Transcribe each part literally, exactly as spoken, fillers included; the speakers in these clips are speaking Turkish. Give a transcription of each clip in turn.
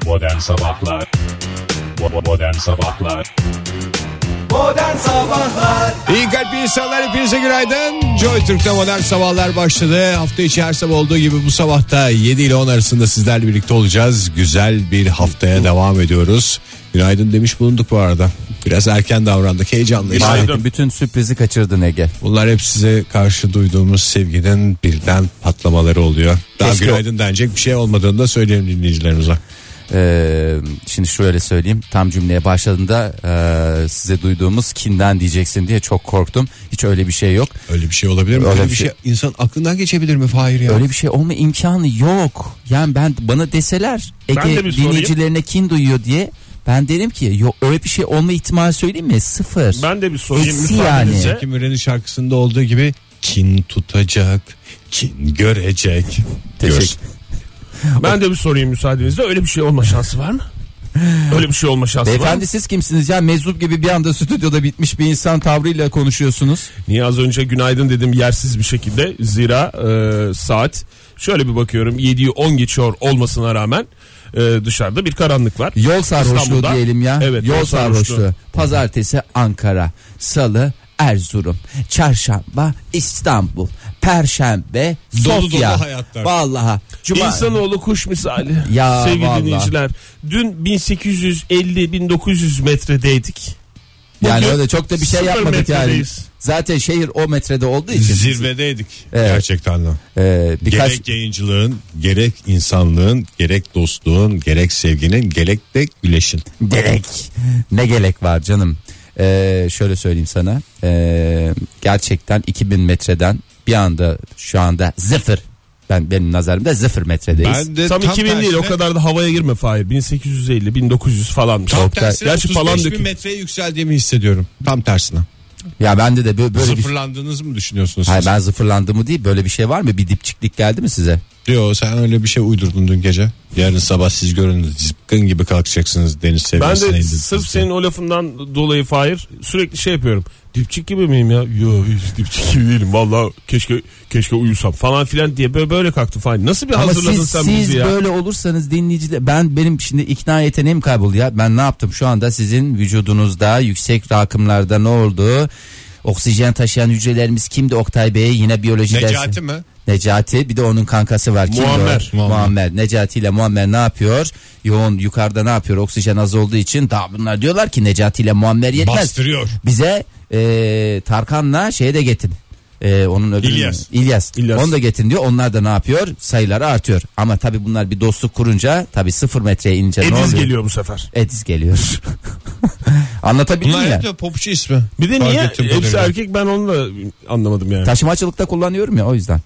Modern Sabahlar Modern Sabahlar Modern Sabahlar İyi kalp insanlar, hepinize günaydın. Joy Türk'te Modern Sabahlar başladı. Hafta içi her sabah olduğu gibi bu sabahta yedi ile on arasında sizlerle birlikte olacağız. Güzel bir haftaya devam ediyoruz. Günaydın demiş bulunduk bu arada. Biraz erken davrandık, heyecanlıyız. Günaydın. Bütün sürprizi kaçırdın Ege. Bunlar hep size karşı duyduğumuz sevginin birden patlamaları oluyor. Daha Keşke günaydın denecek bir şey olmadığını da söyleyelim dinleyicilerimize. Ee, şimdi şöyle söyleyeyim, tam cümleye başladığında e, size duyduğumuz kinden diyeceksin diye çok korktum. Hiç öyle bir şey yok. Öyle bir şey olabilir mi? Öyle Öyle bir bir şey- şey insan aklından geçebilir mi Fahir ya? Öyle bir şey olma imkanı yok. Yani ben, bana deseler Ben de Ege bir sorayım. dinleyicilerine kin duyuyor diye, ben derim ki yok, öyle bir şey olma ihtimali söyleyeyim mi? Sıfır. Ben de bir sorayım Eksi müsaadenizle. yani. Zeki Müren'in şarkısında olduğu gibi kin tutacak, kin görecek. Teşekkür. Ben de bir sorayım müsaadenizle. Öyle bir şey olma şansı var mı? Öyle bir şey olma şansı var mı? Beyefendi siz kimsiniz ya? Meczup gibi bir anda stüdyoda bitmiş bir insan tavrıyla konuşuyorsunuz. Niye az önce günaydın dedim yersiz bir şekilde. Zira e, saat şöyle bir bakıyorum yediyi on geçiyor olmasına rağmen e, dışarıda bir karanlık var. Yol sarhoşluğu İstanbul'da- diyelim ya. Evet, yol yol sarhoşluğu. sarhoşluğu. Pazartesi Ankara, Salı Erzurum, Çarşamba İstanbul, Perşembe Dolu Sofya. dolu hayatlar. Vallahi. Cuma. İnsanoğlu kuş misali. Ya Sevgili vallahi. dinleyiciler. Dün bin sekiz yüz elli bin dokuz yüz metredeydik. Yani Bugün öyle çok da bir şey sıfır yapmadık yani. metredeyiz. Zaten şehir o metrede olduğu için. Zirvedeydik Evet. gerçekten de. Ee, birkaç Gerek yayıncılığın, gerek insanlığın, gerek dostluğun, gerek sevginin, gerek de güleşin. gerek. Ne gerek var canım. Ee, şöyle söyleyeyim sana. Ee, gerçekten iki bin metreden bir anda şu anda sıfır. Ben benim nazarımda sıfır metredeyiz. Ben de Tam, tam, iki bin değil, o tersine- kadar da havaya girme Fahir. bin sekiz yüz elli bin dokuz yüz falanmış. Tam Çok da- tersine Gerçi otuz falan beş bin dökün. metreye yükseldiğimi hissediyorum. Tam tersine. Ya bende de böyle, böyle bir Sıfırlandığınızı mı düşünüyorsunuz Hayır, siz? ben sıfırlandığımı değil, böyle bir şey var mı? Bir dipçiklik geldi mi size? Yo, sen öyle bir şey uydurdun dün gece. Yarın sabah siz görün zıpkın gibi kalkacaksınız deniz Ben seviyesine. de indiniz. sırf senin o lafından dolayı Fahir sürekli şey yapıyorum. Dipçik gibi miyim ya? Yo, hiç dipçik gibi değilim. Vallahi keşke keşke uyusam falan filan diye böyle, böyle kalktı Fahir. Nasıl bir Ama hazırladın siz, sen siz bizi ya? böyle olursanız dinleyiciler, ben benim şimdi ikna yeteneğim kayboldu ya. Ben ne yaptım şu anda? Sizin vücudunuzda yüksek rakımlarda ne oldu? Oksijen taşıyan hücrelerimiz kimdi Oktay Bey? Yine biyoloji dersi. Necati mi? Necati, bir de onun kankası var. Kimdi Muammer. o? Muammer. Necati ile Muammer ne yapıyor? Yoğun yukarıda ne yapıyor? Oksijen az olduğu için daha bunlar diyorlar ki Necati ile Muammer yetmez. Bastırıyor. Bize e, Tarkan'la şeye de getirin. E, onun öbürü İlyas. İlyas. İlyas. Onu da getirin diyor. Onlar da ne yapıyor? Sayıları artıyor. Ama tabii bunlar bir dostluk kurunca, tabii sıfır metreye inince ne Ediz oluyor? geliyor bu sefer. Ediz geliyor. Anlatabildim Bunlar mi? hep de popçu ismi. Bir de Fark niye ettim hepsi kadarıyla. erkek, ben onu da anlamadım yani. Taşımacılıkta kullanıyorum ya, o yüzden.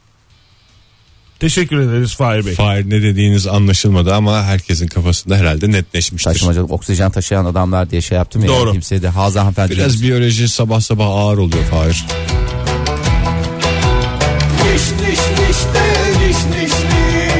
Teşekkür ederiz Fahir Bey. Fahir ne dediğiniz anlaşılmadı ama herkesin kafasında herhalde netleşmiştir. Taşımacılık, oksijen taşıyan adamlar diye şey yaptım ya. Doğru. Kimseye de Hazan hanımefendi. Biraz biyoloji sabah sabah ağır oluyor Fahir. Niş niş niş de niş niş niş.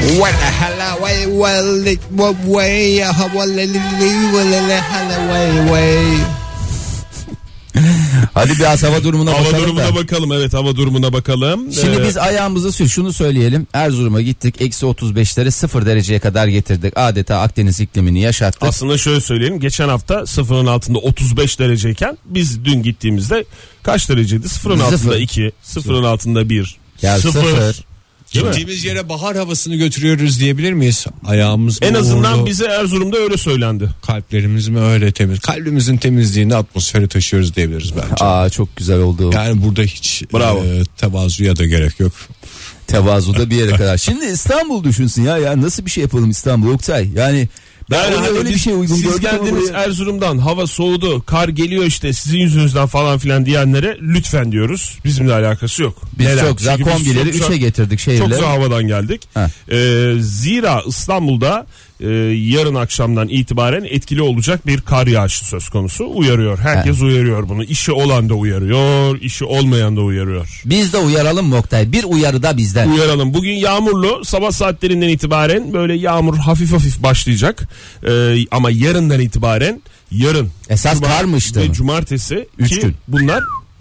Hadi biraz hava durumuna Hava bakalım durumuna da. bakalım, evet hava durumuna bakalım. Şimdi Ee, biz ayağımızı sür, şunu söyleyelim. Erzurum'a gittik, eksi otuz beşleri sıfır dereceye kadar getirdik. Adeta Akdeniz iklimini yaşattık. Aslında şöyle söyleyelim, geçen hafta sıfırın altında otuz beş dereceyken biz dün gittiğimizde kaç dereceydi? Sıfırın Sıfır. altında iki, sıfırın altında bir, Ya sıfır. sıfır. Değil mi? Gittiğimiz yere bahar havasını götürüyoruz diyebilir miyiz? Ayağımız En mı azından uğurlu, bize Erzurum'da öyle söylendi. kalplerimiz mi öyle temiz? Kalbimizin temizliğini atmosfere taşıyoruz diyebiliriz bence. Aa, çok güzel oldu. Yani burada hiç Bravo. e, tevazuya da gerek yok. Tevazuda bir yere kadar. Şimdi İstanbul düşünsün ya, ya nasıl bir şey yapalım İstanbul Oktay? Yani ben Yani oraya hani öyle bir biz- şey uygun siz gördüm ama geldiniz buraya- Erzurum'dan, hava soğudu, kar geliyor işte sizin yüzünüzden falan filan diyenlere lütfen diyoruz. Bizimle alakası yok. Biz Neden? çok güzel Çünkü biz kombileri çok- üçe getirdik Çok şehirlere. güzel havadan geldik. Heh. Ee, zira İstanbul'da e, yarın akşamdan itibaren etkili olacak bir kar yağışı söz konusu. Uyarıyor. Herkes uyarıyor bunu. İşi olan da uyarıyor, işi olmayan da uyarıyor. Biz de uyaralım mı Oktay? Bir uyarı da bizden. Uyaralım. Bugün yağmurlu, sabah saatlerinden itibaren böyle yağmur hafif hafif başlayacak. Ee, ama yarından itibaren yarın Esas Cuma kar mı işte ve mi? cumartesi Üç ki gün. bunlar yeni,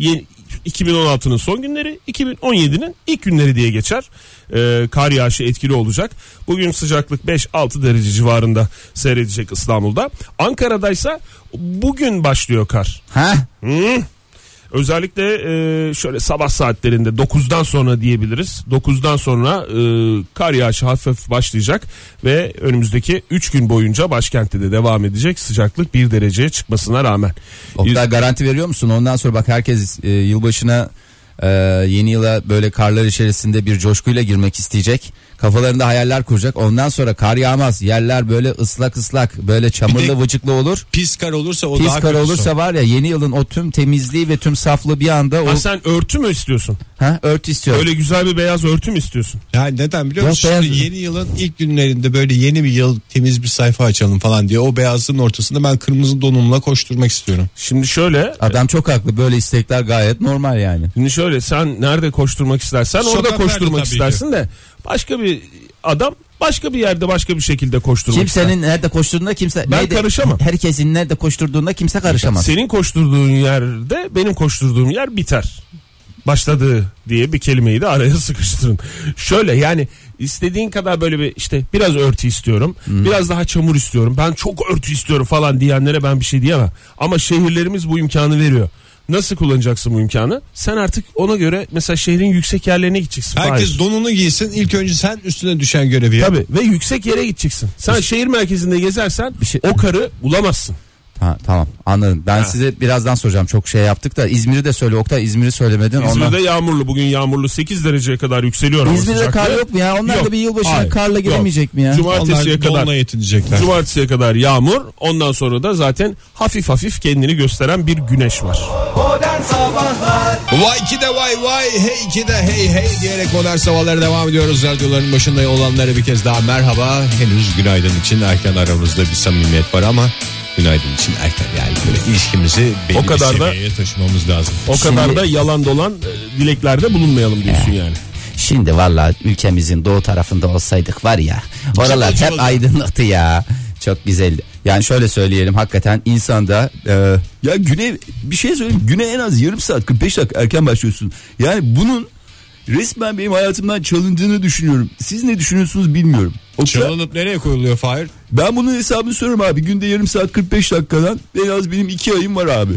iki bin on altının son günleri, iki bin on yedinin ilk günleri diye geçer. Ee, kar yağışı etkili olacak. Bugün sıcaklık beş altı derece civarında seyredecek İstanbul'da. Ankara'daysa bugün başlıyor kar. Ha? Hmm. Özellikle e, şöyle sabah saatlerinde dokuzdan sonra diyebiliriz. dokuzdan sonra e, kar yağışı hafif hafif başlayacak ve önümüzdeki üç gün boyunca başkentte de devam edecek. Sıcaklık bir dereceye çıkmasına rağmen. Oktay garanti veriyor musun? Ondan sonra bak herkes e, yılbaşına e, yeni yıla böyle karlar içerisinde bir coşkuyla girmek isteyecek. Kafalarında hayaller kuracak. Ondan sonra kar yağmaz. Yerler böyle ıslak ıslak, böyle çamurlu vıcıklı olur. Pis kar olursa o Pis daha kar kötüsü. olursa var ya, yeni yılın o tüm temizliği ve tüm saflığı bir anda o... Ha, sen örtü mü istiyorsun? Ha, örtü istiyorum. Öyle güzel bir beyaz örtü mü istiyorsun? Yani neden biliyor Yok, musun? beyaz- Şimdi yeni yılın ilk günlerinde böyle yeni bir yıl, temiz bir sayfa açalım falan diye o beyazlığın ortasında ben kırmızı donumla koşturmak istiyorum. Şimdi şöyle. Adam çok haklı. Böyle istekler gayet normal yani. Şimdi şöyle, sen nerede koşturmak istersen orada Sokaklarda koşturmak tabii istersin de başka bir adam başka bir yerde başka bir şekilde koşturmak ister. Kimsenin nerede koşturduğunda kimse... Ben neydi? karışamam. Herkesin nerede koşturduğunda kimse karışamaz. Senin koşturduğun yerde benim koşturduğum yer biter. Başladığı diye bir kelimeyi de araya sıkıştırın. Şöyle yani, istediğin kadar böyle bir işte biraz örtü istiyorum. Hmm. Biraz daha çamur istiyorum. Ben çok örtü istiyorum falan diyenlere ben bir şey diyemem. Ama şehirlerimiz bu imkanı veriyor. Nasıl kullanacaksın bu imkanı? Sen artık ona göre mesela şehrin yüksek yerlerine gideceksin. Herkes Hayır. donunu giysin. İlk önce sen üstüne düşen görevi yap. Tabii, ve yüksek yere gideceksin. Sen şehir merkezinde gezersen şey- o karı bulamazsın. Ha, tamam anladım. Ben Ha. size birazdan soracağım. Çok şey yaptık da İzmir'i de söyle Oktay. İzmir'i söylemedin. İzmir'de Ondan... yağmurlu, bugün yağmurlu, sekiz dereceye kadar yükseliyor ama İzmir'de sıcaklığı. kar yok mu ya? Onlar Yok. da bir yılbaşına Hayır. karla giremeyecek Yok. mi ya? Cumartesiye Onlar kadar donla yetinecekler. Cumartesiye kadar yağmur, ondan sonra da zaten hafif hafif kendini gösteren bir güneş var. Modern Sabahlar Vay ki de vay vay, hey ki de hey hey diyerek modern sabahlara devam ediyoruz. Radyoların başında olanlara bir kez daha merhaba. Henüz günaydın için erken, aramızda bir samimiyet var ama günaydın için erken. Yani böyle ilişkimizi belli O kadar bir da- seviyeye taşımamız lazım. O Şimdi- kadar da yalan dolan e, dileklerde bulunmayalım diyorsun yani. Şimdi valla ülkemizin doğu tarafında olsaydık var ya, oralar acı hep oldu. aydınlıktı ya. Çok güzeldi. Yani şöyle söyleyelim, hakikaten insanda e, ya güne bir şey söyleyeyim, güne en az yarım saat kırk beş dakika erken başlıyorsun. Yani bunun resmen benim hayatımdan çalındığını düşünüyorum. Siz ne düşünüyorsunuz bilmiyorum. Oktay, Çalınıp nereye koyuluyor Fahir? ben bunun hesabını soruyorum abi. Günde yarım saat kırk beş dakikadan en az benim iki ayım var abi.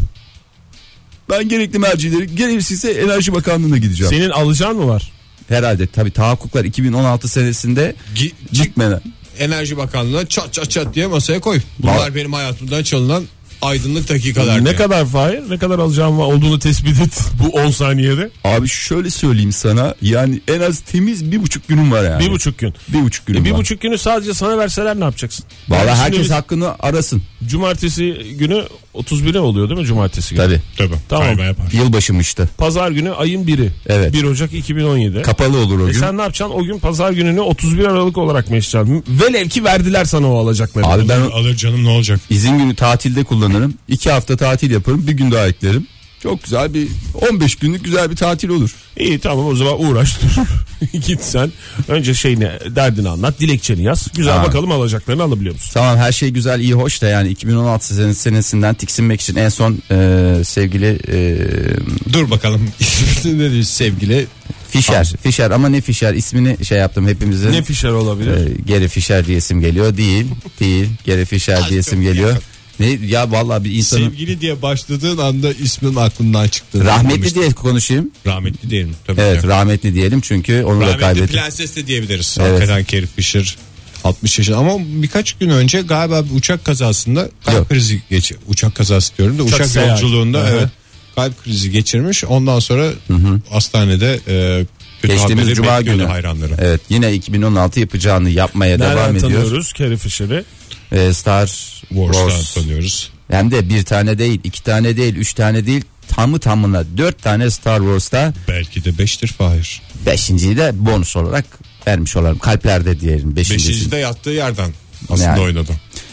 Ben gerekli mercileri, gereksizse Enerji Bakanlığı'na gideceğim. Senin alacağın mı var? Herhalde tabii tahakkuklar iki bin on altı senesinde Gi- gitmeden. Enerji Bakanlığı'na çat çat çat diye masaya koy. Bunlar Vallahi- benim hayatımdan çalınan aydınlık dakikalar Ne diye. kadar Fahir? Ne kadar alacağım var olduğunu tespit et bu on saniyede. Abi şöyle söyleyeyim sana, yani en az temiz bir buçuk günüm var yani. Bir buçuk gün. Bir buçuk günüm E, bir var. buçuk günü sadece sana verseler ne yapacaksın? Valla Yani herkes şimdi biz hakkını arasın. Cumartesi günü otuz bire oluyor değil mi cumartesi günü? Tabii. Tabii. Tamam. Kayma yapar. Yılbaşımıştı. Pazar günü ayın biri. Evet. bir Ocak iki bin on yedi. Kapalı olur o E gün. sen ne yapacaksın? O gün pazar gününü otuz bir Aralık olarak mı yaşayacaksın? Velev ki verdiler sana o alacakları. Abi ben Alır canım, ne olacak? izin günü tatilde kullanırım. İki hafta tatil yaparım. Bir gün daha eklerim. Çok güzel bir on beş günlük güzel bir tatil olur. İyi tamam, o zaman uğraş dur. Git sen. Önce şeyini, derdini anlat. Dilekçeni yaz. Güzel, Ha. bakalım alacaklarını alabiliyor musun? Tamam, her şey güzel iyi hoş da yani iki bin on altı sene- senesinden tiksinmek için en son e, sevgili e, Dur bakalım. Ne diyor sevgili? Fischer. Fischer ama ne Fischer ismini şey yaptım hepimizin. Ne Fischer olabilir? Ee, Geri Fischer diyesim geliyor. Değil. Değil. Geri Fischer diyesim geliyor. Ne ya, vallahi bir insanın Sevgili diye başladığın anda ismin aklından çıktı. rahmetli diye konuşayım. Rahmetli diyelim tabii. Evet, ki. rahmetli diyelim çünkü onu da Rahmetli kaybettik. prenses de diyebiliriz. Evet. Hakikaten Carrie Fisher altmış yaşında ama birkaç gün önce galiba bir uçak kazasında kalp Yok. krizi geç uçak kazası diyorum da Uçak uçak, seyahati. yolculuğunda Hı hı. evet kalp krizi geçirmiş. Ondan sonra hastanede e, kötü Geçtiğimiz haberi cuma bekliyordu günü. hayranları. Evet, yine iki bin on altı yapacağını yapmaya devam Nereden ediyor. tanıyoruz Carrie Fisher'i? Ee, Star Wars'tan Wars. tanıyoruz. Hem de bir tane değil, iki tane değil, üç tane değil, tamı tamına dört tane Star Wars'ta, Belki de beştir Fahir. beşinciyi de bonus olarak vermiş olalım. Kalplerde diyelim beşincisi. Beşinci de yattığı yerden aslında Yani. oynadı.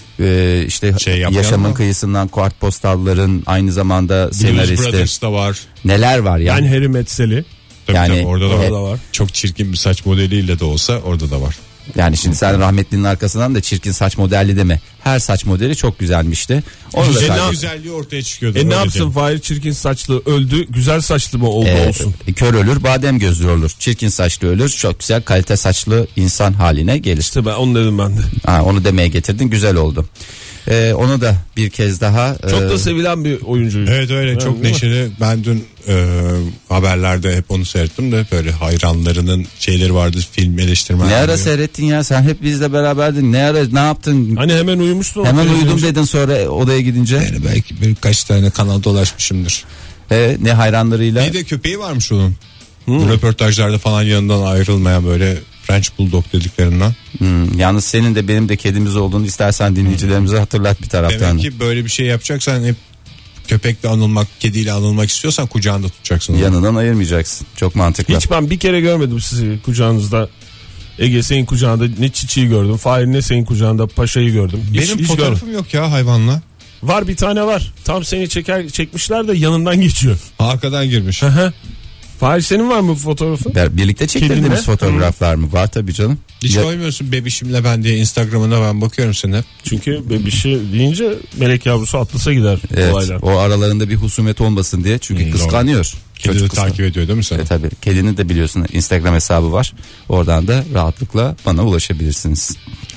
Ee, işte Şey yapmayan yaşamın ama. kıyısından Kartpostalların aynı zamanda Blues senaristi. Brothers da var. Neler var yani. Ben Harry Metzel'i. Tabii Yani- tabii, orada da Evet. var. Orada var. Çok çirkin bir saç modeliyle de olsa orada da var. Yani şimdi sen rahmetlinin arkasından da çirkin saç modelli deme. Her saç modeli çok güzelmişti. Onu da Güzel sadece- güzelliği ortaya çıkıyordu. E ne öyle yapsın diyeyim. Fahir, çirkin saçlı öldü, güzel saçlı mı oldu Ee, olsun. kör ölür, badem gözlü olur. Çirkin saçlı ölür, çok güzel kalite saçlı insan haline gelir. İşte ben onu dedim ben de. Ha, onu demeye getirdin, güzel oldu. Ee, onu da bir kez daha. Çok e, da sevilen bir oyuncuydu. Evet öyle Evet, çok değil mi? neşeli. Ben dün e, haberlerde hep onu seyrettim de böyle hayranlarının şeyleri vardı, film eleştirmenleri. Ne ara seyrettin ya, sen hep bizle beraberdin. Ne ara, ne yaptın? Hani hemen uyumuştun. Hemen Televizyon- uyudum dedin sonra odaya gidince. Yani belki birkaç tane kanal dolaşmışımdır. Ee, ne hayranlarıyla? Bir de köpeği varmış onun. Röportajlarda falan yanından ayrılmayan böyle French Bulldog dediklerinden. Hmm, yalnız senin de benim de kedimiz olduğunu istersen dinleyicilerimize hatırlat bir taraftan. Demek ki böyle bir şey yapacaksan hep köpekle anılmak, kediyle anılmak istiyorsan kucağında tutacaksın. onu. Yanından ayırmayacaksın. Çok mantıklı. Hiç ben bir kere görmedim sizi kucağınızda. Ege senin kucağında ne çiçeği gördüm. Fahir ne senin kucağında paşayı gördüm. Hiç, Benim hiç fotoğrafım görmedim. yok ya hayvanla. Var bir tane var. Tam seni çeker çekmişler de yanından geçiyor. Arkadan girmiş. Fahir senin var mı bu fotoğrafın? Ber- Birlikte çektirdiğimiz Kedinle? fotoğraflar mı? Var tabii canım. Hiç Ya- koymuyorsun bebişimle ben diye Instagram'ına, ben bakıyorum sana. Çünkü bebişi deyince melek yavrusu atlasa gider Evet, olaylar. o aralarında bir husumet olmasın diye. Çünkü Hmm, kıskanıyor. Kedi de Çocuk kıskan- takip ediyor değil mi sana? E, tabii. Kedinin de biliyorsun Instagram hesabı var. Oradan da rahatlıkla bana ulaşabilirsiniz.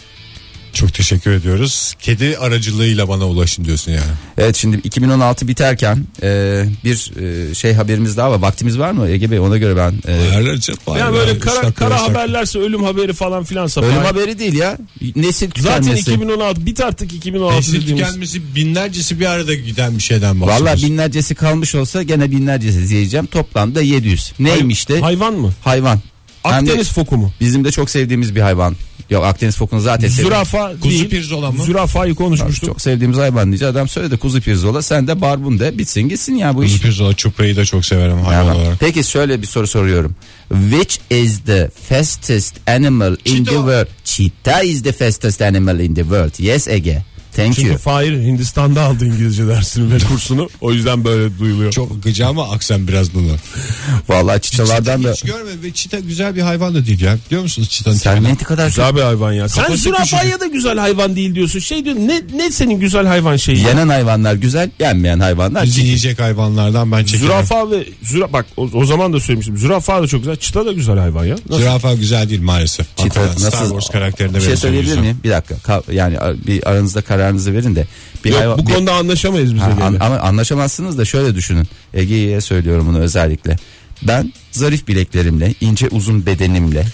Çok teşekkür ediyoruz. Kedi aracılığıyla bana ulaşın diyorsun yani. Evet, şimdi iki bin on altı biterken e, bir e, şey haberimiz daha var. Vaktimiz var mı Ege Bey? Ona göre ben e, Ayarlarca Yani böyle kara, kara haberlerse ölüm haberi falan filansa. ölüm Fahir- haberi değil ya. Nesil Zaten tükenmesi. iki bin on altı bit artık iki bin on altı Nesil dediğimiz. tükenmesi binlercesi bir arada giden bir şeyden bahsediyoruz. Valla binlercesi kalmış olsa gene binlercesi diyeceğim. Toplamda yedi yüz. Neymişti? Hayvan mı? Hayvan. Hem de Akdeniz foku mu? bizim de çok sevdiğimiz bir hayvan. Yok, Akdeniz fokunu zaten seviyorum. Zürafa Kuzu değil. pirzola mı? Zürafayı konuşmuştuk. Çok sevdiğimiz hayvan diyece adam söyledi, kuzu pirzola, sen de barbun de, bitsin gitsin ya bu Kuzu iş. pirzola, çuprayı da çok severim hayvan Tamam. olarak. Peki şöyle bir soru soruyorum. Which is the fastest animal in Cheetah. the world? Cheetah is the fastest animal in the world. Yes Ege. Thank Çünkü you. Fahir Hindistan'da aldı İngilizce dersini ve kursunu. O yüzden böyle duyuluyor. Çok gıcı ama aksan biraz bunu. Vallahi çitalardan da. Hiç görmedim ve çita güzel bir hayvan da değil ya. Biliyor musunuz çitanın Sen tipini? ne kadar Güzel bir hayvan ya. Sen Kafası zürafaya da güzel hayvan değil diyorsun. Şey diyor, ne ne senin güzel hayvan şeyi? ya? yenen hayvanlar güzel, yenmeyen hayvanlar Bizi çirkin. yiyecek hayvanlardan ben çekerim. Zürafa ve züra bak o, o zaman da söylemiştim. Zürafa da çok güzel. Çita da güzel hayvan ya. Nasıl? Zürafa güzel değil maalesef. Çita Hakikaten Star nasıl- Wars karakterinde Bir şey benim söyleyebilir söyleyeceğim. miyim? Bir dakika. Ka- Yani a- bir aranızda kararınızı verin de. Bir Yok, hayvan- bu bir- konuda anlaşamayız biz Ha, Ege'yle. an- ama anlaşamazsınız da şöyle düşünün. Ege'ye söylüyorum bunu özellikle. Ben zarif bileklerimle, ince uzun bedenimle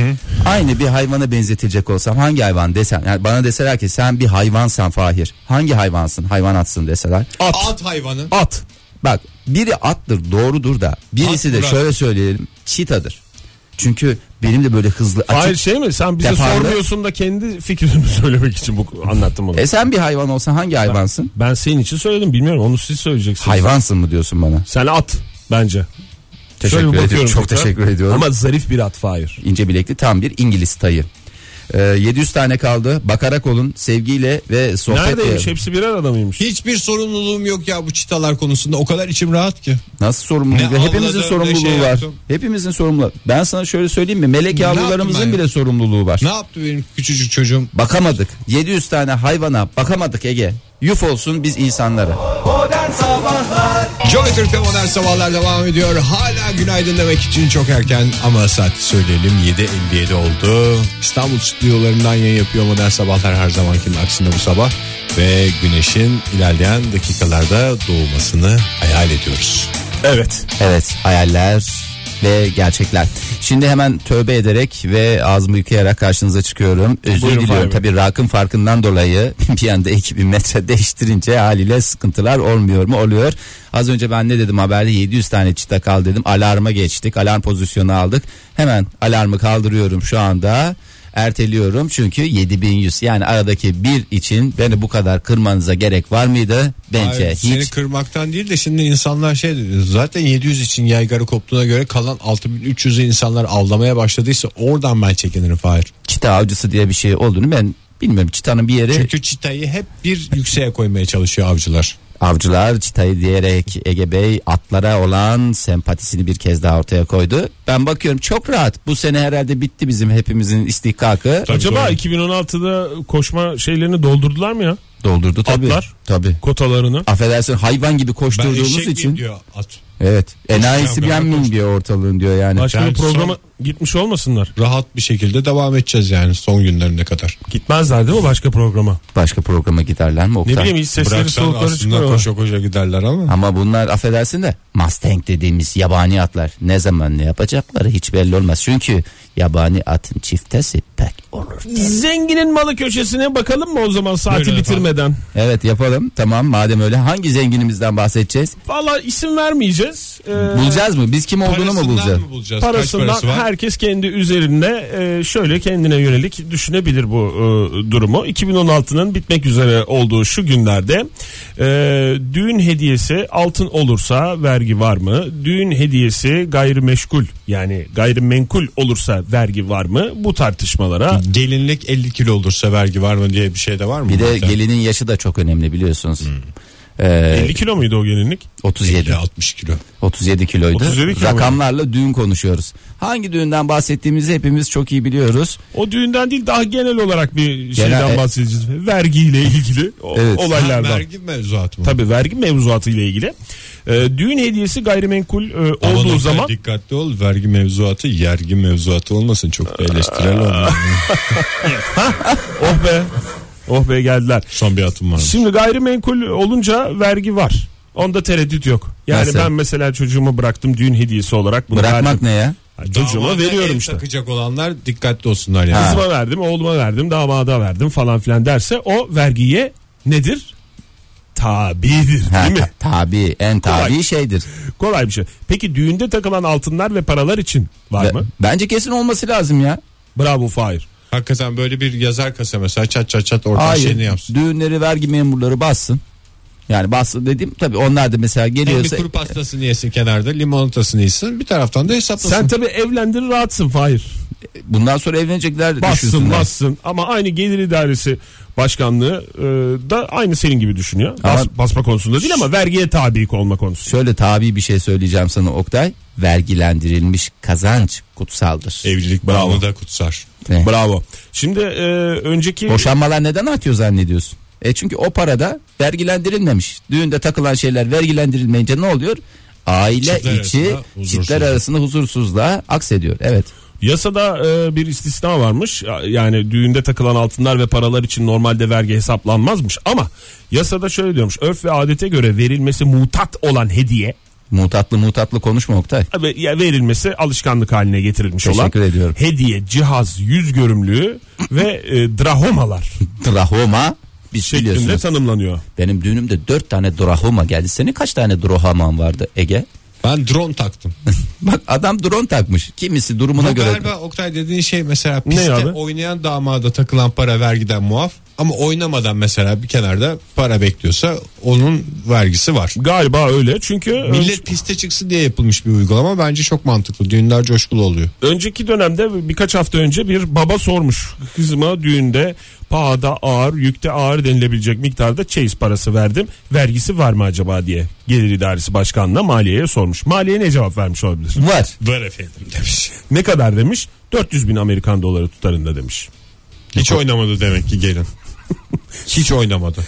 aynı bir hayvana benzetilecek olsam hangi hayvan desem, yani bana deseler ki sen bir hayvansan Fahir, hangi hayvansın, hayvanatsın deseler, At. At hayvanı. At. bak biri attır, doğrudur da birisi At de Murat. şöyle söyleyelim, çitadır. Çünkü benim de böyle hızlı Hayır açık. şey mi? Sen bize Deparlı. sormuyorsun da kendi fikrini söylemek için bu anlattım onu. E sen bir hayvan olsan hangi hayvansın? Ben senin için söyledim, bilmiyorum, onu siz söyleyeceksiniz. Hayvansın mı diyorsun bana? Sen at bence. Teşekkür Şöyle bir ediyorum. bakıyorum Çok tekrar. teşekkür ediyorum. Ama zarif bir at Fahir. İnce bilekli tam bir İngiliz tayı. Ee, yedi yüz tane kaldı. Bakarak olun, sevgiyle ve sohbetle. Neredeymiş? Hepsi birer adamıymış. Hiçbir sorumluluğum yok ya bu çitalar konusunda. O kadar içim rahat ki. Nasıl sorumluluğu? Ne Hepimizin avladım, ne sorumluluğu şey var. yaptım. Hepimizin sorumluluğu. Ben sana şöyle söyleyeyim mi? Melek Ne yaptım yavrularımızın ben ya? bile sorumluluğu var. Ne yaptı benim küçücük çocuğum? Bakamadık. yedi yüz tane hayvana bakamadık Ege. Yuf olsun biz insanlara. Modern Sabahlar Joy Türk'te modern sabahlar devam ediyor. Hala günaydın demek için çok erken ama saati söyleyelim, yedi elli yedi oldu. İstanbul stüdyolarından yayın yapıyor modern sabahlar, her zamankinin aksine bu sabah. Ve güneşin ilerleyen dakikalarda doğmasını hayal ediyoruz. Evet. Evet, hayaller ve gerçekler. Şimdi hemen tövbe ederek ve ağzımı yıkayarak karşınıza çıkıyorum. Özür Buyurun diliyorum. Fahri Bey. Tabii rakım farkından dolayı bir anda iki bin metre değiştirince haliyle sıkıntılar olmuyor mu? Oluyor. Az önce ben ne dedim haberde, yedi yüz tane çita kaldı dedim. Alarma geçtik. Alarm pozisyonu aldık. Hemen alarmı kaldırıyorum şu anda. Erteliyorum çünkü yedi bin yüz, yani aradaki bir için beni bu kadar kırmanıza gerek var mıydı? Bence Hayır, hiç. Seni kırmaktan değil de şimdi insanlar şey dedi, zaten yedi yüz için yaygarı koptuğuna göre kalan altı bin üç yüz'ü insanlar avlamaya başladıysa oradan ben çekinirim Fahir. Çita avcısı diye bir şey olduğunu ben bilmiyorum. Çitanın bir yeri. Çünkü çitayı hep bir yükseğe koymaya çalışıyor avcılar. Avcılar çıtayı diyerek Ege Bey atlara olan sempatisini bir kez daha ortaya koydu. Ben bakıyorum çok rahat. Bu sene herhalde bitti bizim hepimizin istihkakı. Tabii Acaba doğru. iki bin on altıda koşma şeylerini doldurdular mı ya? Doldurdu tabii. Atlar tabii. Kotalarını. Affedersin hayvan gibi koşturduğumuz için. Diyor at. Evet. Enayisi ben miyim diyor ortalığın diyor yani. Başka Yani bir programa son... gitmiş olmasınlar. Rahat bir şekilde devam edeceğiz yani son günlerine kadar. Gitmezler değil mi başka programa? Başka programa giderler mi Oktay? Ne bileyim hiç sesleri solukları çıkmıyor. Koşa koşa giderler ama. Ama bunlar affedersin de Mustang dediğimiz yabani atlar ne zaman ne yapacakları hiç belli olmaz. Çünkü yabani atın çiftesi pek olur. Zenginin malı köşesine bakalım mı o zaman saati Böyle bitirmeden? yapalım. Evet yapalım tamam madem öyle hangi zenginimizden bahsedeceğiz? Valla isim vermeyeceğiz. Ee, bulacağız mı? Biz kim olduğunu mu bulacağız? Mı bulacağız? Parasından herkes kendi üzerinde e, şöyle kendine yönelik düşünebilir bu e, durumu. iki bin on altının bitmek üzere olduğu şu günlerde e, düğün hediyesi altın olursa vergi var mı? Düğün hediyesi gayrimeşgul yani gayrimenkul olursa vergi var mı? Bu tartışmalara. Gelinlik elli kilo olursa vergi var mı diye bir şey de var mı? Bir de mesela? gelinin yaşı da çok önemli biliyorsunuz. Hmm. Ee, elli kilo muydu o gelinlik? otuz yedi. elli altmış kilo. otuz yedi kiloydu. otuz yedi kilo Rakamlarla muydu? Düğün konuşuyoruz. Hangi düğünden bahsettiğimizi hepimiz çok iyi biliyoruz. O düğünden değil daha genel olarak bir genel, şeyden e... bahsedeceğiz. Vergiyle ilgili evet. olaylardan. Ha, vergi mevzuatı mı? Tabii vergi mevzuatı ile ilgili. Ee, düğün hediyesi gayrimenkul e, olduğu Ama zaman. Dikkatli ol vergi mevzuatı yergi mevzuatı olmasın çok da eleştirel olmuyor. Oh be. Oh be geldiler. Son bir atım var. Şimdi gayrimenkul olunca vergi var. Onda tereddüt yok. Yani Nasıl? Ben mesela çocuğumu bıraktım düğün hediyesi olarak. Bunu Bırakmak verdim. ne ya? Çocuğuma Damada veriyorum işte. Takacak olanlar dikkatli olsunlar yani. Ha. Kızıma verdim, oğluma verdim, damada verdim falan filan derse o vergiye nedir? Tabidir ha, değil mi? Ta- tabi en tabi Kolay. şeydir. Kolay bir şey. Peki düğünde takılan altınlar ve paralar için var Be- mı? Bence kesin olması lazım ya. Bravo Fahir. Hakikaten böyle bir yazar kasa mesela çat çat çat ortak Hayır, şeyini yapsın. Düğünleri vergi memurları bassın. Yani bassın dediğim tabii onlar da mesela geliyorsa. Hem bir kuru pastasını yesin kenarda limonatasını yesin bir taraftan da hesaplasın. Sen tabii evlendir rahatsın Fahir. Bundan sonra evlenecekler bassın düşünsünler. bassın ama aynı gelir idaresi başkanlığı e, da aynı senin gibi düşünüyor. Bas, ama, basma konusunda değil ama vergiye tabi olma konusunda. Şöyle tabi bir şey söyleyeceğim sana Oktay. Vergilendirilmiş kazanç kutsaldır. Evlilik bağını da kutsar. Evet. Bravo. Şimdi e, önceki... Boşanmalar neden artıyor zannediyorsun? E çünkü o parada vergilendirilmemiş. Düğünde takılan şeyler vergilendirilmeyince ne oluyor? Aile çiftler içi arasında çiftler arasında huzursuzluğa aksediyor. Evet. Yasada e, bir istisna varmış. Yani düğünde takılan altınlar ve paralar için normalde vergi hesaplanmazmış. Ama yasada şöyle diyormuş. Örf ve adete göre verilmesi mutat olan hediye. Mutatlı mutatlı konuşma Oktay. Ya verilmesi alışkanlık haline getirilmiş Teşekkür olan. Teşekkür ediyorum. Hediye, cihaz, yüz görümlüğü ve e, drahomalar. Drahoma biz şeklinde tanımlanıyor. Benim düğünümde dört tane drahoma geldi. Senin kaç tane drahoman vardı Ege? Ben drone taktım. Bak adam drone takmış. Kimisi durumuna Bu göre. Galiba Oktay dediğin şey mesela pistte oynayan damada takılan para vergiden muaf. Ama oynamadan mesela bir kenarda para bekliyorsa onun vergisi var. Galiba öyle çünkü. Millet piste çıksın diye yapılmış bir uygulama bence çok mantıklı. Düğünler coşkulu oluyor. Önceki dönemde birkaç hafta önce bir baba sormuş. Kızıma düğünde pahada ağır, yükte ağır denilebilecek miktarda çeyiz parası verdim. Vergisi var mı acaba diye. Gelir İdaresi Başkanı'na maliyeye sormuş. Maliye ne cevap vermiş olabilir? Var. Var efendim demiş. Ne kadar demiş? dört yüz bin Amerikan doları tutarında demiş. Hiç oynamadı demek ki gelin. Hiç oynamadı.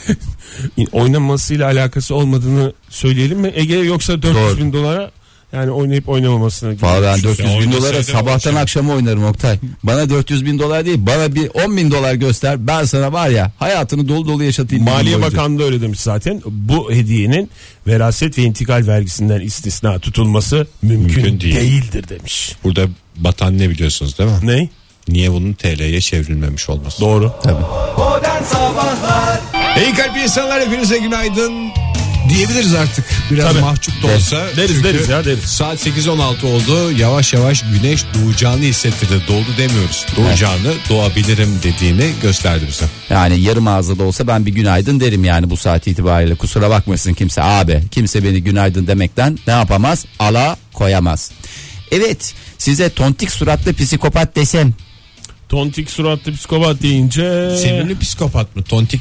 Oynamasıyla alakası olmadığını söyleyelim mi Ege, yoksa dört yüz bin dolara yani oynayıp oynamamasına. Valla ben dört yüz bin dolara sabahtan akşama oynarım Oktay. Bana dört yüz bin dolar değil, bana bir on bin dolar göster, ben sana var ya hayatını dolu dolu yaşatayım. Maliye Bakanı da öyle demiş zaten. Bu hediyenin veraset ve intikal vergisinden istisna tutulması mümkün, mümkün değil. değildir demiş. Burada batan ne biliyorsunuz değil mi? Ne? Niye bunun T L'ye çevrilmemiş olması? Doğru. Tabii. Modern Sabahlar. Hey kalp insanlar, hepinize günaydın diyebiliriz artık. Biraz Tabii. mahcup da olsa. Deriz deriz ya deriz. Saat sekiz on altı oldu. Yavaş yavaş güneş doğacağını hissettirdi. Doğdu demiyoruz. Doğacağını, evet. Doğabilirim dediğini gösterdi bize. Yani yarım ağızda da olsa ben bir günaydın derim yani bu saat itibariyle. Kusura bakmasın kimse abi. Kimse beni günaydın demekten ne yapamaz? Ala koyamaz. Evet, size tontik suratlı psikopat desem. Tontik suratlı psikopat deyince. Sinirli psikopat mı? Tontik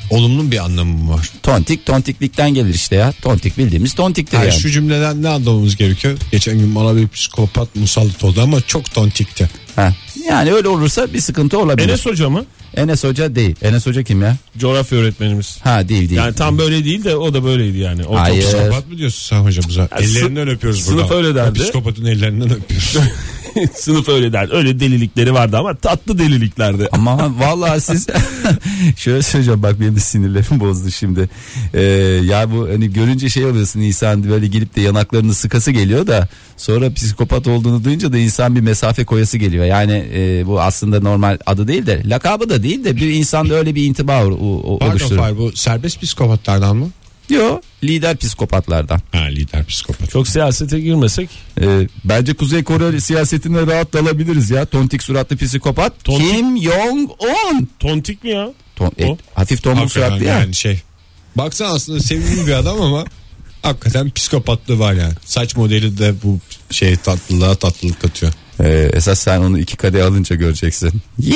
olumlu bir anlamı mı var? Tontik tontiklikten gelir işte ya. Tontik bildiğimiz tontiktir Yani yani. şu cümleden ne anlamamız gerekiyor? Geçen gün bana bir psikopat musallat oldu ama çok tontikti. Ha. Yani öyle olursa bir sıkıntı olabilir. Enes Hoca mı? Enes Hoca değil. Enes Hoca kim ya? Coğrafya öğretmenimiz. Ha değil değil. Yani tam böyle değil de o da böyleydi yani. O Hayır. çok- Psikopat mı diyorsun sen hocamıza? Yani Ellerinden öpüyoruz sınıf buradan. öyle derdi. O psikopatın ellerinden öpüyoruz. Sınıf öyle derdi. Öyle delilikleri vardı ama tatlı deliliklerdi. Ama vallahi siz şöyle söyleyeceğim, bak benim de sinirlerim bozdu şimdi. Ee, ya bu hani görünce şey oluyorsun, insan böyle gelip de yanaklarını sıkası geliyor da sonra psikopat olduğunu duyunca da insan bir mesafe koyası geliyor. Yani e, bu aslında normal adı değil de lakabı da değil de bir insanda öyle bir intiba o, o, Pardon oluşturur. Fahir, bu serbest psikopatlardan mı? Yok, lider psikopatlardan. Ha, lider psikopat. Çok siyasete girmesek. Ee, bence Kuzey Kore siyasetine rahat dalabiliriz ya. Tontik suratlı psikopat Tontik- Kim Jong-un. Tontik mi ya? Ton, O. e, hafif tombul Hakikaten suratlı ya. yani şey. Baksana aslında sevimli bir adam ama hakikaten psikopatlığı var yani. Saç modeli de bu şey tatlılığa tatlılık katıyor. Ee, esas sen onu iki kadeh alınca göreceksin.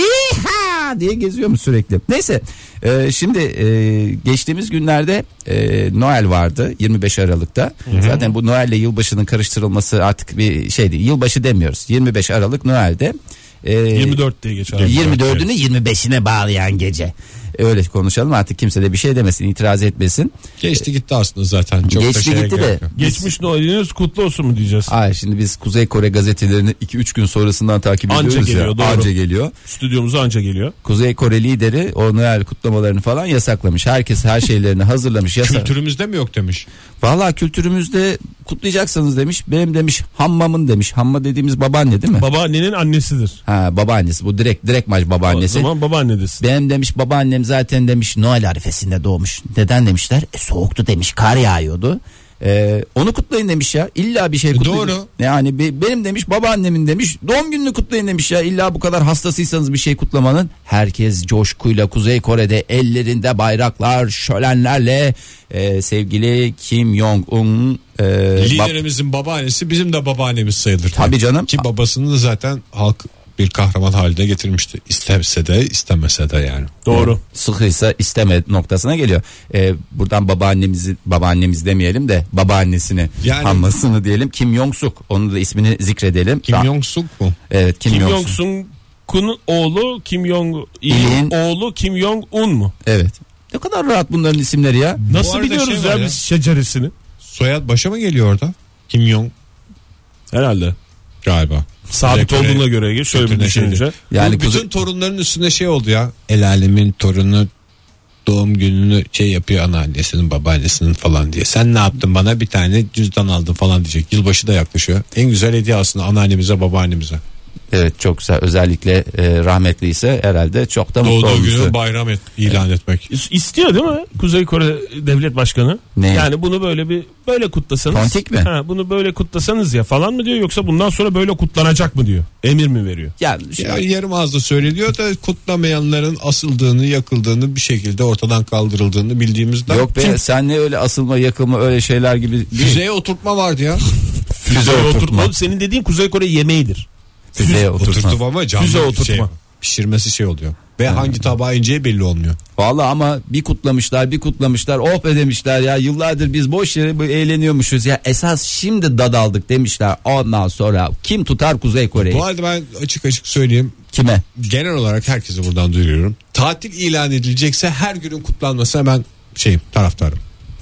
Yeeha diye geziyor mu sürekli? Neyse e, şimdi e, geçtiğimiz günlerde e, Noel vardı yirmi beş Aralık'ta. Hı-hı. Zaten bu Noel ile yılbaşının karıştırılması artık bir şeydi. Yılbaşı demiyoruz. yirmi beş Aralık Noel'de. E, yirmi dört diye geçer. yirmi dördünü yirmi beşine bağlayan gece. Öyle konuşalım, artık kimse de bir şey demesin, itiraz etmesin. Geçti gitti aslında zaten. Çok Geçti da şeye gitti de. gerek yok. Geçmiş Noel'iniz kutlu olsun mu diyeceğiz? Hayır, şimdi biz Kuzey Kore gazetelerini iki üç gün sonrasından takip Anca ediyoruz geliyor, ya. doğru. Anca geliyor. Stüdyomuza anca geliyor. Kuzey Kore lideri o Noel kutlamalarını falan yasaklamış. Herkes her şeylerini hazırlamış. Yasa... Kültürümüzde mi yok demiş. Vallahi kültürümüzde kutlayacaksanız demiş. Benim demiş hammamın demiş. Hamma dediğimiz babaanne değil mi? Babaannenin annesidir. Ha, babaannesi, bu direkt direkt maç O babaannesi. zaman babaannedesin. Benim demiş babaannem zaten demiş Noel arifesinde doğmuş. Neden demişler? E, soğuktu demiş, kar yağıyordu. Ee, onu kutlayın demiş ya. İlla bir şey kutlayın. Doğru. Yani be- benim demiş babaannemin demiş doğum gününü kutlayın demiş ya. İlla bu kadar hastasıysanız bir şey kutlamanın. Herkes coşkuyla Kuzey Kore'de ellerinde bayraklar, şölenlerle e, sevgili Kim Jong-un e, bab- Liderimizin babaannesi bizim de babaannemiz sayılır. Tabii canım. Ki babasını da zaten halk bir kahraman haline getirmişti. İsterse de istemese de yani. Doğru. sıkıysa isteme noktasına geliyor. Ee, buradan babaannemizi babaannemiz demeyelim de babaannesini Yani- hammasını diyelim. Kim Jong-suk, onun da ismini zikredelim. Kim Da- Jong-suk mu? Evet, Kim, Kim Jong-suk. Jong-sun'un oğlu Kim İl'in- Jong-il'in oğlu Kim Jong-un mu? Evet. Ne kadar rahat bunların isimleri ya. Nasıl arada biliyoruz şey var ya ya. biz şeceresini? Soyad başa mı geliyor orada? Kim Jong Herhalde. galiba. Sabit Kuzey Kore olduğuna göre şöyle bir kültürüne düşününce. şeydi. Yani Bu bütün Kuzey- torunların üstünde şey oldu ya. El alemin torunu doğum gününü şey yapıyor anneannesinin babaannesinin falan diye. Sen ne yaptın, bana bir tane cüzdan aldın falan diyecek. Yılbaşı da yaklaşıyor. En güzel hediye aslında anneannemize babaannemize. Evet, çok güzel. Özellikle e, rahmetli ise herhalde çok da mutlu Doğduğu olmuştu. günü bayram et, ilan etmek. İs- İstiyor değil mi Kuzey Kore Devlet Başkanı? Ne? Yani bunu böyle bir böyle kutlasanız. Tontik mi? Ha, bunu böyle kutlasanız ya falan mı diyor, yoksa bundan sonra böyle kutlanacak mı diyor? Emir mi veriyor? Yani şu- Ya yarım ağızda söyleniyor da kutlamayanların asıldığını, yakıldığını, bir şekilde ortadan kaldırıldığını bildiğimizden. yok be, sen ne öyle asılma yakılma öyle şeyler gibi değil. Füzeye oturtma vardı ya. Füze oturtma. Oğlum, senin dediğin Kuzey Kore yemeğidir. Füzeye oturtma. Oturtma ama canlı Füze bir oturtma. şey. Pişirmesi şey oluyor. Ve hangi tabağa ineceği belli olmuyor. Vallahi ama bir kutlamışlar bir kutlamışlar oh be demişler ya, yıllardır biz boş yere bu eğleniyormuşuz ya, esas şimdi dadaldık demişler. Ondan sonra kim tutar Kuzey Kore'yi? Bu arada ben açık açık söyleyeyim. Kime? Genel olarak herkese buradan duyuruyorum. Tatil ilan edilecekse her günün kutlanmasına ben şeyim, taraftarım.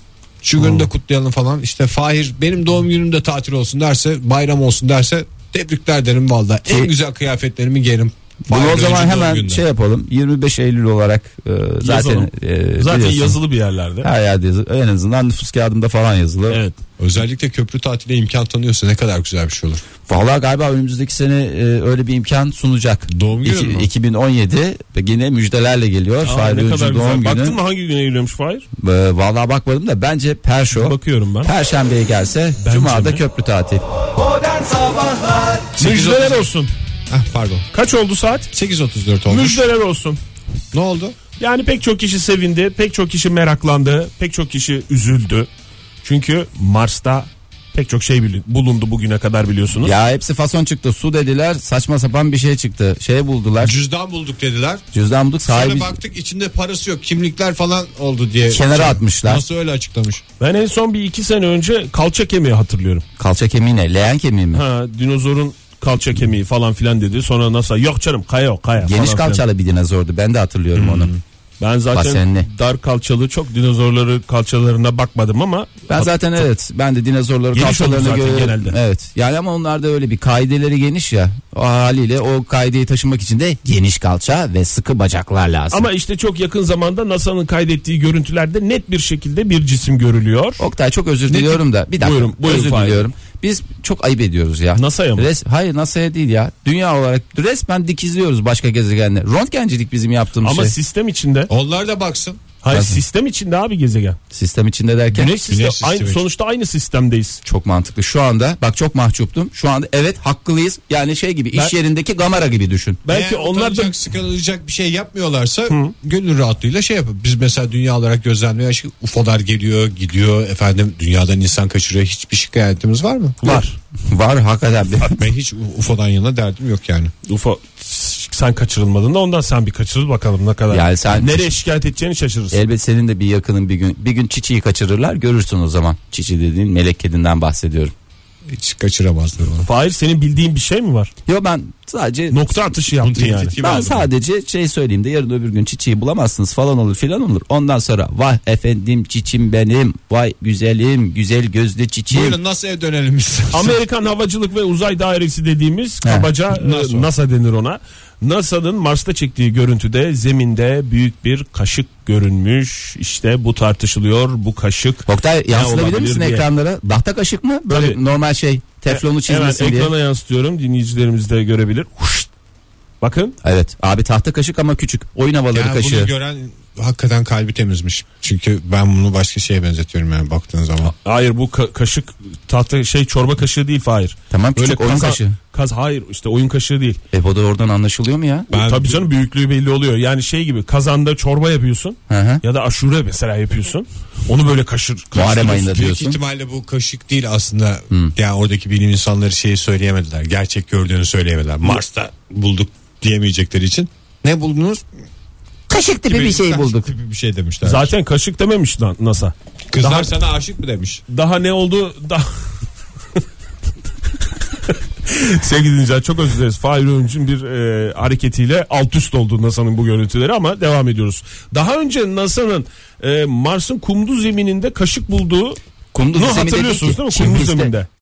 Şu günü de kutlayalım falan. İşte Fahir benim doğum günüm de tatil olsun derse, bayram olsun derse tebrikler derim valla. En güzel kıyafetlerimi giyerim. Bunu Fahir'in o zaman önceki doğum hemen gününde. şey yapalım, yirmi beş Eylül olarak e, zaten Yazalım. e, Zaten biliyorsun, yazılı bir yerlerde. her yerde yazılı, en azından nüfus kağıdımda falan yazılı. Evet. Özellikle köprü tatile imkan tanıyorsa ne kadar güzel bir şey olur. Vallahi galiba önümüzdeki sene e, öyle bir imkan sunacak. Doğum günü mü? iki bin on yedi yine müjdelerle geliyor. Aa, Fahir ne Öncü kadar doğum güzel. günü. Baktın mı hangi güne geliyormuş Fahir? E, vallahi bakmadım da bence Perşo. Bakıyorum ben. Perşembeye gelse Bence Cuma'da mi? köprü tatil. Modern Sabahlar Müjdeler olsun. Heh, pardon. Kaç oldu saat? sekiz otuz dört olmuş. Müjdeler olsun. Ne oldu? Yani pek çok kişi sevindi, pek çok kişi meraklandı, pek çok kişi üzüldü. Çünkü Mars'ta Pek çok şey bulundu bugüne kadar biliyorsunuz. Ya hepsi fason çıktı. Su dediler, saçma sapan bir şey çıktı. Şey buldular. Cüzdan bulduk dediler. Cüzdan bulduk, sahibi. Sonra baktık içinde parası yok, kimlikler falan oldu diye. Kenara atmışlar. Nasıl öyle açıklamış? Ben en son bir iki sene önce kalça kemiği hatırlıyorum. Kalça kemiği ne? Leğen kemiği mi? Ha, dinozorun kalça kemiği falan filan dedi. Sonra nasıl? Yok canım, kaya o kaya. Geniş falan kalçalı filan. bir dinozordu. Ben de hatırlıyorum Hmm. onu. Ben zaten Basenli. dar kalçalı çok dinozorları kalçalarına bakmadım ama Ben zaten çok evet ben de dinozorları geniş kalçalarını olur zaten görüyorum. genelde. Evet. Yani ama onlarda öyle bir kaideleri geniş ya. O haliyle o kaideyi taşımak için de geniş kalça ve sıkı bacaklar lazım. Ama işte çok yakın zamanda NASA'nın kaydettiği görüntülerde net bir şekilde bir cisim görülüyor. Oktay çok özür diliyorum da bir dakika. Buyurun, buyurun özür Fahir. diliyorum. Biz çok ayıp ediyoruz ya. NASA'ya mı? Res, hayır NASA'ya değil ya. Dünya olarak resmen dikizliyoruz başka gezegenle. Röntgencilik bizim yaptığımız Ama şey. sistem içinde. Onlar da baksın. Hayır, Nasıl? sistem içinde abi gezegen. Sistem içinde derken. Güneş sistem, Güneş sistemi aynı, için. sonuçta aynı sistemdeyiz. Çok mantıklı. Şu anda bak çok mahcuptum. Şu anda evet haklıyız. Yani şey gibi Ben- iş yerindeki gamara gibi düşün. Belki Eğer onlar da utanacak, sıkılacak bir şey yapmıyorlarsa gönül rahatlığıyla şey yapıp biz mesela dünya olarak gözlemliyor. Işte U F O'lar geliyor, gidiyor. Efendim dünyadan insan kaçırıyor. Hiçbir şikayetimiz var mı? var. Var hakikaten. Ben hiç U F O'dan yana derdim yok yani. U F O sen kaçırılmadın da ondan sen bir kaçırıl bakalım ne kadar. Yani sen- nereye şikayet edeceğini şaşırırsın. Elbet senin de bir yakının bir gün bir gün çiçeği kaçırırlar görürsün o zaman. Çiçi dediğin melek kedinden bahsediyorum. Hiç kaçıramazlar onu. Fahir, senin bildiğin bir şey mi var? Yo ben sadece Nokta atışı yaptın tehdit yani. gibi ben aldım. sadece şey söyleyeyim de yarın öbür gün çiçeği bulamazsınız falan olur filan olur. Ondan sonra vay efendim çiçim benim, vay güzelim, güzel gözlü çiçeğim. Buyurun nasıl ev dönelim biz? Amerikan Havacılık ve Uzay Dairesi dediğimiz He. kabaca e, NASA. NASA denir ona. NASA'nın Mars'ta çektiği görüntüde zeminde büyük bir kaşık görünmüş. İşte bu tartışılıyor. Bu kaşık Oktay yansıtabilir olabilir misin diye. ekranlara? Dahta kaşık mı? Böyle Tabii. normal şey teflonu çizmesin Hemen diye. ekrana yansıtıyorum. Dinleyicilerimiz de görebilir. Huşt. Bakın. Evet abi tahta kaşık ama küçük. Oyun havaları Yani kaşığı. bunu gören hakikaten kalbi temizmiş. Çünkü ben bunu başka şeye benzetiyorum yani baktığın zaman. Hayır, bu ka- kaşık tahta şey çorba kaşığı değil Fahir. Tamam küçük oyun kaza- kaşığı. Kaz hayır işte oyun kaşığı değil. E bu da oradan anlaşılıyor mu ya? Ben- Tabii canım, büyüklüğü belli oluyor. Yani şey gibi kazanda çorba yapıyorsun Hı hı. ya da aşure mesela yapıyorsun. Onu böyle kaşır. Muharrem ayında Büyük diyorsun. ihtimalle bu kaşık değil aslında. Yani oradaki bilim insanları şeyi söyleyemediler. Gerçek gördüğünü söyleyemediler. Mars'ta bulduk diyemeyecekleri için. Ne buldunuz? Kaşık tipi bir şey Kaşık bulduk. tipi bir şey demişler. Zaten kaşık dememiş lan NASA. Kızlar daha- sana aşık mı demiş? Daha ne oldu? Daha Sevgili dinleyiciler, çok özür dileriz. Fahir Öğünç'ün bir e, hareketiyle alt üst oldu NASA'nın bu görüntüleri ama devam ediyoruz. Daha önce NASA'nın e, Mars'ın kumlu zemininde kaşık bulduğu Kumlu Bunu zeminde hatırlıyorsunuz değil ki. değil mi? Kumlu Şimdi işte- zeminde.